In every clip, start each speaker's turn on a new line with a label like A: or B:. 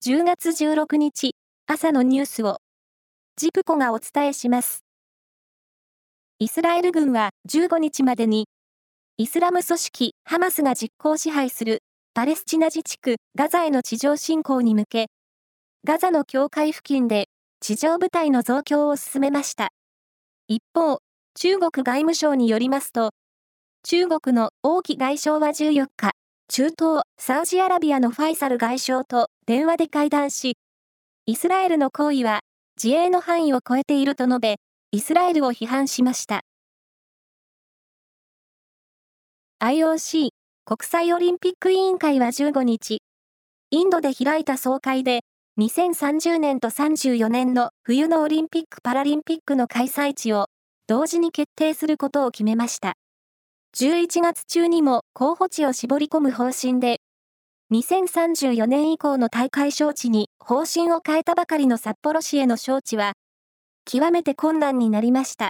A: 10月16日朝のニュースをジプコがお伝えします。イスラエル軍は15日までにイスラム組織ハマスが実効支配するパレスチナ自治区ガザへの地上侵攻に向け、ガザの境界付近で地上部隊の増強を進めました。一方、中国外務省によりますと、中国の王毅外相は14日、中東サウジアラビアのファイサル外相と電話で会談し、イスラエルの行為は自衛の範囲を超えていると述べ、イスラエルを批判しました。IOC 国際オリンピック委員会は15日、インドで開いた総会で、2030年と34年の冬のオリンピック・パラリンピックの開催地を同時に決定することを決めました。11月中にも候補地を絞り込む方針で、2034年以降の大会招致に方針を変えたばかりの札幌市への招致は、極めて困難になりました。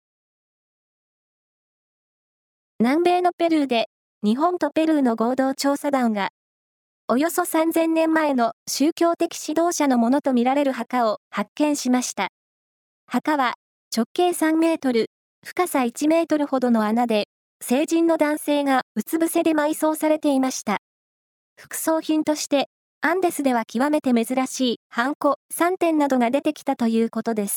A: 南米のペルーで、日本とペルーの合同調査団が、およそ3000年前の宗教的指導者のものとみられる墓を発見しました。墓は直径3メートル、深さ1メートルほどの穴で、成人の男性がうつ伏せで埋葬されていました。副葬品として、アンデスでは極めて珍しいハンコ3点などが出てきたということです。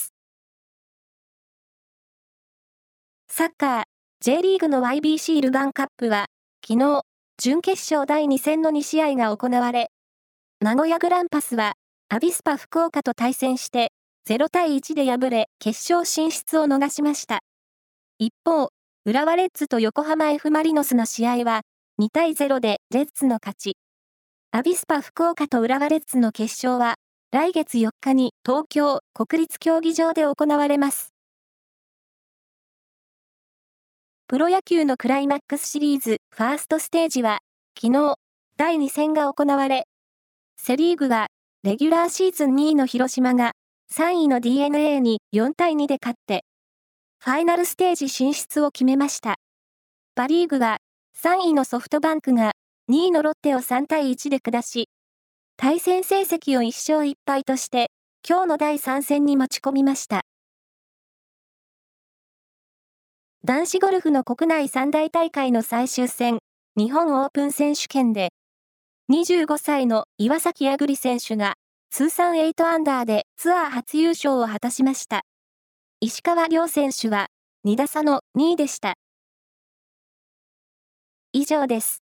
A: サッカー、J リーグの YBC ルヴァンカップは、昨日、準決勝第2戦の2試合が行われ、名古屋グランパスは、アビスパ福岡と対戦して、0対1で敗れ、決勝進出を逃しました。一方、浦和レッズと横浜 F ・マリノスの試合は、2対0でレッズの勝ち。アビスパ福岡と浦和レッズの決勝は、来月4日に東京国立競技場で行われます。プロ野球のクライマックスシリーズファーストステージは、昨日、第2戦が行われ、セリーグは、レギュラーシーズン2位の広島が、3位の DNA に4対2で勝って、ファイナルステージ進出を決めました。パリーグは、3位のソフトバンクが、2位のロッテを3対1で下し、対戦成績を1勝1敗として、今日の第3戦に持ち込みました。男子ゴルフの国内三大大会の最終戦、日本オープン選手権で、25歳の岩崎亜久竜選手が、通算8アンダーでツアー初優勝を果たしました。石川遼選手は、2打差の2位でした。以上です。